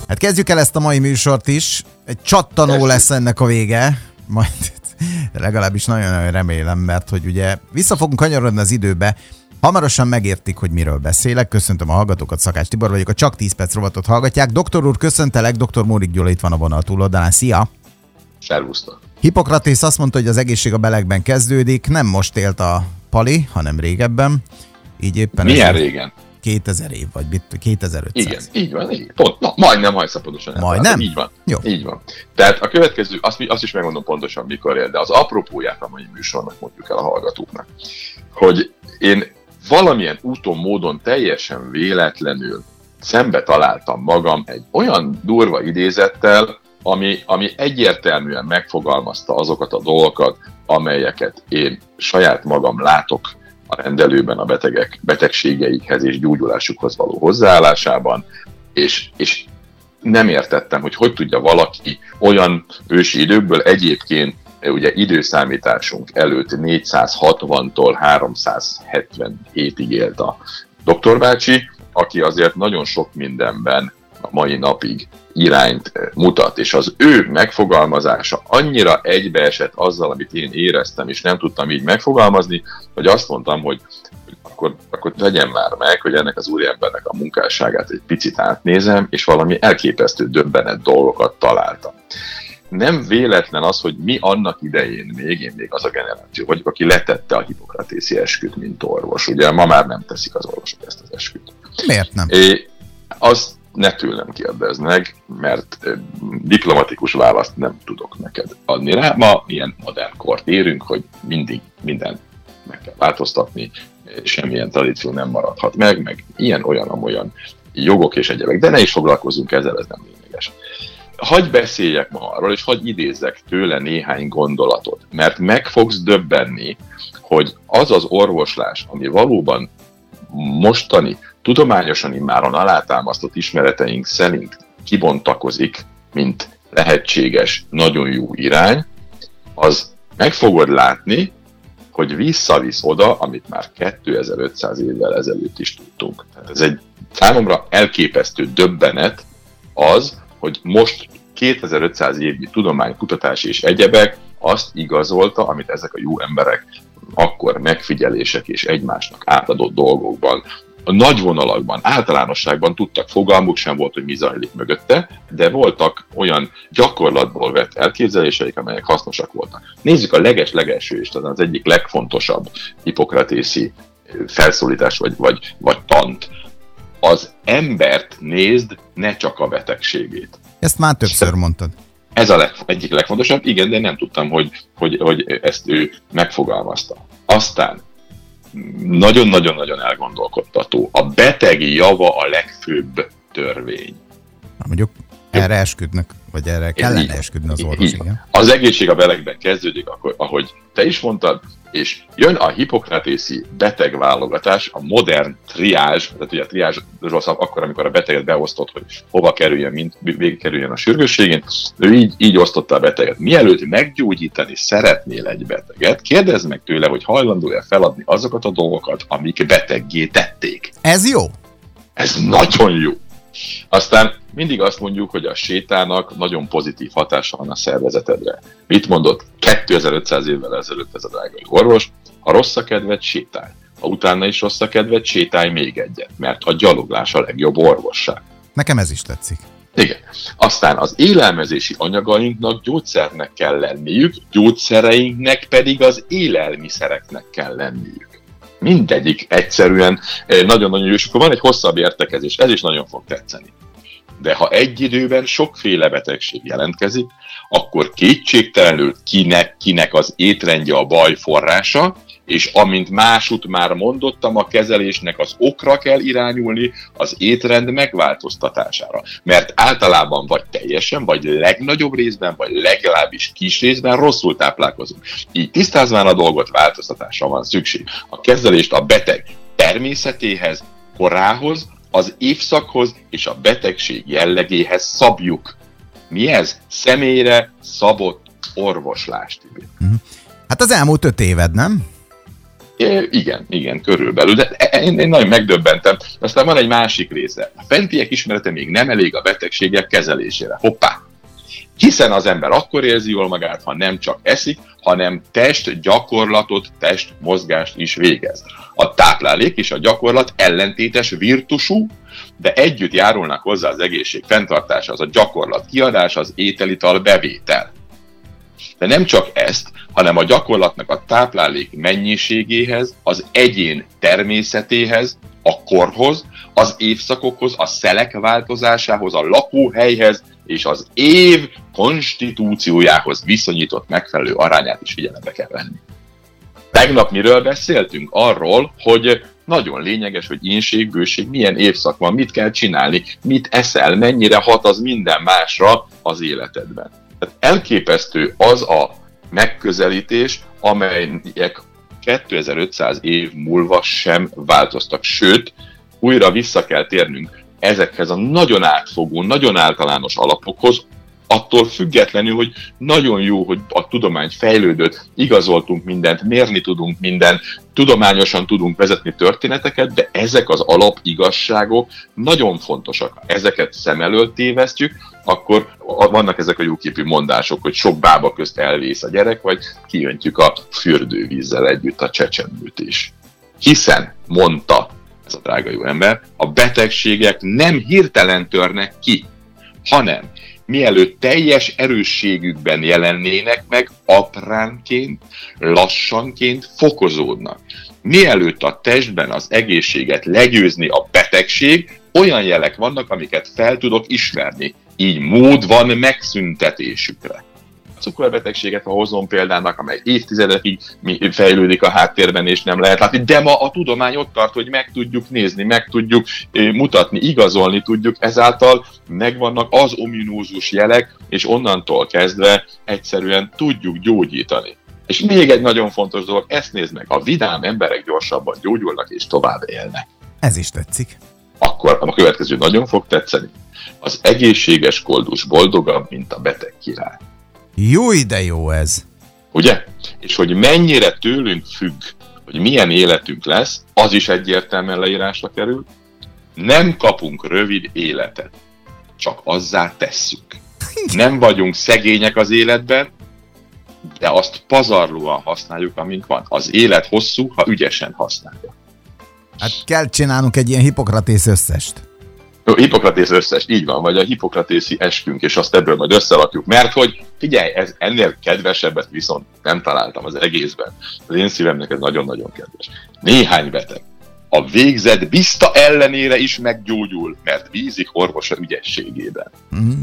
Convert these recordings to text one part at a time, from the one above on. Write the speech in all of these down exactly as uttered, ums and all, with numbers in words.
Hát kezdjük el ezt a mai műsort is. Egy csattanó Kezdjük. lesz ennek a vége. Majd legalábbis nagyon remélem, mert hogy ugye vissza fogunk kanyarodni az időbe. Hamarosan megértik, hogy miről beszélek. Köszöntöm a hallgatókat, Szakács Tibor vagyok, a Csak tíz perc rovatot hallgatják. Doktor úr, köszöntelek, doktor Mórik Gyula itt van a vonal túloldalán. Szia! Szervusztok! Hippokratész azt mondta, hogy az egészség a belegben kezdődik. Nem most élt a Pali, hanem régebben. Így éppen Milyen régen? kétezer év, vagy kétezer-ötszáz. Igen, így van, így. Pont, na, majdnem hajszapodosan. Majdnem? Így van. Jó. Így van. Tehát a következő, azt, azt is megmondom pontosan mikor ér, de az apropóját a mai műsornak mondjuk el a hallgatóknak, hogy én valamilyen úton, módon teljesen véletlenül szembe találtam magam egy olyan durva idézettel, ami, ami egyértelműen megfogalmazta azokat a dolgokat, amelyeket én saját magam látok a rendelőben a betegek betegségeikhez és gyógyulásukhoz való hozzáállásában, és, és nem értettem, hogy hogy tudja valaki olyan ősi időkből, egyébként ugye időszámításunk előtt négyszázhatvantól háromszázhetvenhétig élt a doktor bácsi, aki azért nagyon sok mindenben a mai napig irányt mutat, és az ő megfogalmazása annyira egybeesett azzal, amit én éreztem, és nem tudtam így megfogalmazni, hogy azt mondtam, hogy akkor, akkor legyen már meg, hogy ennek az úriembernek a munkásságát egy picit átnézem, és valami elképesztő döbbenet dolgokat találtam. Nem véletlen az, hogy mi annak idején még, én még az a generáció vagyok, aki letette a hippokratészi esküt, mint orvos. Ugye ma már nem teszik az orvosok ezt az esküt. Miért nem? É, azt ne tőlem kérdezd meg, mert diplomatikus választ nem tudok neked adni rá. Ma ilyen modern kort érünk, hogy mindig mindent meg kell változtatni, semmilyen tradíció nem maradhat meg, meg ilyen-olyan-amolyan jogok és egyebek. De ne is foglalkozunk ezzel, ez nem lényeges. Hagy beszéljek ma arról, és hagy idézzek tőle néhány gondolatot, mert meg fogsz döbbenni, hogy az az orvoslás, ami valóban mostani, tudományosan immáron alátámasztott ismereteink szerint kibontakozik, mint lehetséges, nagyon jó irány, az meg fogod látni, hogy visszavisz oda, amit már kétezer-ötszáz évvel ezelőtt is tudtunk. Tehát ez egy számomra elképesztő döbbenet az, hogy most kétezer-ötszáz évnyi tudomány, kutatás és egyebek azt igazolta, amit ezek a jó emberek akkor megfigyelések és egymásnak átadott dolgokban, a nagy vonalakban, általánosságban tudtak, fogalmuk sem volt, hogy mi zajlik mögötte, de voltak olyan gyakorlatból vett elképzeléseik, amelyek hasznosak voltak. Nézzük a leges-legelső és az egyik legfontosabb hippokratészi felszólítás vagy, vagy, vagy tant. Az embert nézd, ne csak a betegségét. Ezt már többször mondtad. Ez a leg, egyik legfontosabb, igen, de nem tudtam, hogy, hogy, hogy ezt ő megfogalmazta. Aztán nagyon-nagyon-nagyon elgondolkodtató. A beteg java a legfőbb törvény. Na, mondjuk erre esküdnek, vagy erre kellene esküdni az orvos, igen. Az egészség a belegben kezdődik, akkor, ahogy te is mondtad, és jön a hippokratészi betegválogatás, a modern triázs, tehát ugye a triázsról szab akkor, amikor a beteget beosztott, hogy hova kerüljön, mint végig kerüljön a sürgősségén, ő így, így osztotta a beteget. Mielőtt meggyógyítani szeretnél egy beteget, kérdezd meg tőle, hogy hajlandó-e feladni azokat a dolgokat, amik beteggé tették. Ez jó? Ez nagyon jó. Aztán mindig azt mondjuk, hogy a sétának nagyon pozitív hatása van a szervezetedre. Mit mondott kétezer-ötszáz évvel ezelőtt ez a drágai orvos? Ha rossz a kedved, sétálj. Ha utána is rossz a kedved, sétálj még egyet, mert a gyaloglás a legjobb orvosság. Nekem ez is tetszik. Igen. Aztán az élelmezési anyagainknak gyógyszernek kell lenniük, gyógyszereinknek pedig az élelmiszereknek kell lenniük. Mindegyik egyszerűen nagyon-nagyon jó, és akkor van egy hosszabb értekezés, ez is nagyon fog tetszeni. De ha egy időben sokféle betegség jelentkezik, akkor kétségtelenül kinek, kinek az étrendje a baj forrása, és amint másút már mondottam, a kezelésnek az okra kell irányulni, az étrend megváltoztatására. Mert általában vagy teljesen, vagy legnagyobb részben, vagy legalábbis kis részben rosszul táplálkozunk. Így tisztázván a dolgot, változtatásra van szükség. A kezelést a beteg természetéhez, korához, az évszakhoz és a betegség jellegéhez szabjuk. Mi ez? Személyre szabott orvoslás. Hát az elmúlt öt éved, nem? É, igen, igen, körülbelül, de én, én nagyon megdöbbentem. Aztán van egy másik része. A fentiek ismerete még nem elég a betegségek kezelésére. Hoppá! Hiszen az ember akkor érzi jól magát, ha nem csak eszik, hanem testgyakorlatot, testmozgást is végez. A táplálék és a gyakorlat ellentétes virtusú, de együtt járulnak hozzá az egészség fenntartása, az a gyakorlat kiadás, az ételital bevétel. De nem csak ezt, hanem a gyakorlatnak a táplálék mennyiségéhez, az egyén természetéhez, a korhoz, az évszakokhoz, a szelek változásához, a lakóhelyhez és az év konstitúciójához viszonyított megfelelő arányát is figyelembe kell venni. Tegnap miről beszéltünk? Arról, hogy nagyon lényeges, hogy ínség, bőség, milyen évszak van, mit kell csinálni, mit eszel, mennyire hat az minden másra az életedben. Tehát elképesztő az a megközelítés, amelyek kétezer-ötszáz év múlva sem változtak. Sőt, újra vissza kell térnünk ezekhez a nagyon átfogó, nagyon általános alapokhoz, attól függetlenül, hogy nagyon jó, hogy a tudomány fejlődött, igazoltunk mindent, mérni tudunk mindent, tudományosan tudunk vezetni történeteket, de ezek az alapigazságok nagyon fontosak. Ha ezeket szem előtt tévesztjük, akkor vannak ezek a jóképű mondások, hogy sok bába közt elvész a gyerek, vagy kiöntjük a fürdővízzel együtt a csecsemőt is. Hiszen, mondta ez a drága jó ember, a betegségek nem hirtelen törnek ki, hanem mielőtt teljes erősségükben jelennének meg, apránként, lassanként fokozódnak. Mielőtt a testben az egészséget legyőzni a betegség, olyan jelek vannak, amiket fel tudok ismerni. Így mód van megszüntetésükre. A cukorbetegséget, ha hozom példának, amely évtizedekig fejlődik a háttérben, és nem lehet látni, de ma a tudomány ott tart, hogy meg tudjuk nézni, meg tudjuk mutatni, igazolni tudjuk, ezáltal megvannak az ominózus jelek, és onnantól kezdve egyszerűen tudjuk gyógyítani. És még egy nagyon fontos dolog, ezt nézd meg, a vidám emberek gyorsabban gyógyulnak és tovább élnek. Ez is tetszik. Akkor a következő nagyon fog tetszeni. Az egészséges koldus boldogabb, mint a beteg király. Jó, de jó ez. Ugye? És hogy mennyire tőlünk függ, hogy milyen életünk lesz, az is egyértelműen leírásra kerül. Nem kapunk rövid életet, csak azzá tesszük. Nem vagyunk szegények az életben, de azt pazarlóan használjuk, amink van. Az élet hosszú, ha ügyesen használja. Hát kell csinálnunk egy ilyen Hippokratész összest. Hippokratész összes, így van, vagy a hippokratészi eskünk, és azt ebből majd összerakjuk. Mert hogy, figyelj, ez ennél kedvesebbet viszont nem találtam az egészben. Az én szívemnek ez nagyon-nagyon kedves. Néhány beteg a végzet bizta ellenére is meggyógyul, mert bízik orvosa ügyességében. Mm.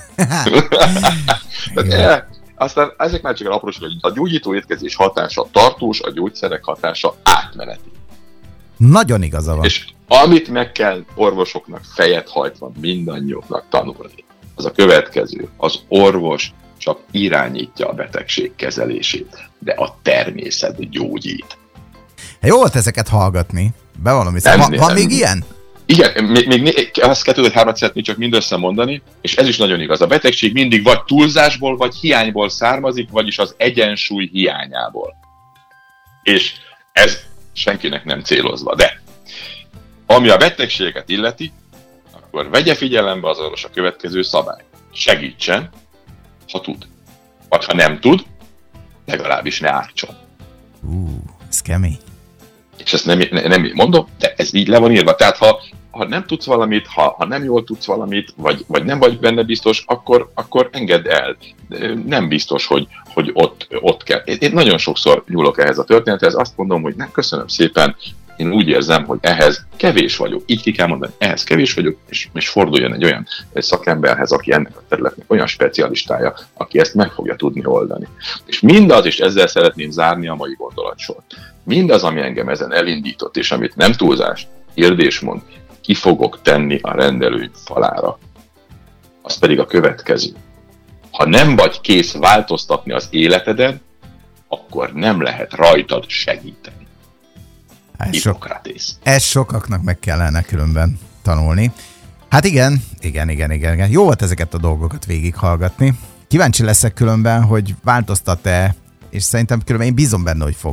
Tehát, aztán ezek már csak egy apróság, hogy a gyógyító étkezés hatása tartós, a gyógyszerek hatása átmeneti. Nagyon igaza van. És amit meg kell orvosoknak fejet hajtva mindannyiuknak tanulni, az a következő. Az orvos csak irányítja a betegség kezelését, de a természet gyógyít. Jó volt ezeket hallgatni. Bevallom, hiszen van, van még ilyen? Igen, még, még azt kettőt-hármat szeretnék csak mindössze mondani, és ez is nagyon igaz. A betegség mindig vagy túlzásból, vagy hiányból származik, vagyis az egyensúly hiányából. És ez senkinek nem célozva, de ami a betegségeket illeti, akkor vegye figyelembe az orvos a következő szabály. Segítsen, ha tud. Vagy ha nem tud, legalábbis ne ártson. Ú, uh, ez kemény. És ezt nem, nem, nem mondom, de ez így le van írva. Tehát ha, ha nem tudsz valamit, ha, ha nem jól tudsz valamit, vagy, vagy nem vagy benne biztos, akkor, akkor engedd el. Nem biztos, hogy, hogy ott, ott kell. Én, én nagyon sokszor nyúlok ehhez a történethez, azt mondom, hogy nem, köszönöm szépen, én úgy érzem, hogy ehhez kevés vagyok. Így ki kell mondani, ehhez kevés vagyok, és, és forduljon egy olyan egy szakemberhez, aki ennek a területnek olyan specialistája, aki ezt meg fogja tudni oldani. És mindaz, és ezzel szeretném zárni a mai gondolatsort, mindaz, ami engem ezen elindított, és amit nem túlzás, Érdés mond, ki fogok tenni a rendelőny falára. Az pedig a következő. Ha nem vagy kész változtatni az életeden, akkor nem lehet rajtad segíteni. Ez, sok, ez sokaknak meg kellene különben tanulni. Hát igen, igen, igen, igen, igen. Jó volt ezeket a dolgokat végighallgatni. Kíváncsi leszek különben, hogy változtat-e, és szerintem különben én bízom benne, hogy fog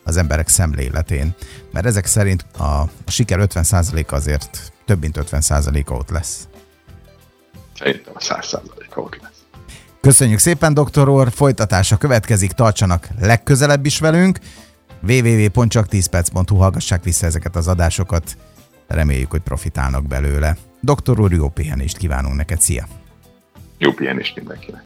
az emberek szemléletén. Mert ezek szerint a, a siker ötven százaléka azért több mint ötven százaléka ott lesz. Szerintem a száz százaléka ott lesz. Köszönjük szépen, doktor úr, folytatása következik, tartsanak legközelebb is velünk. double-u double-u double-u pont csak tíz perc pont hu, hallgassák vissza ezeket az adásokat, reméljük, hogy profitálnak belőle. Doktor úr, jó pihenést kívánunk neked, szia! Jó pihenést mindenkinek!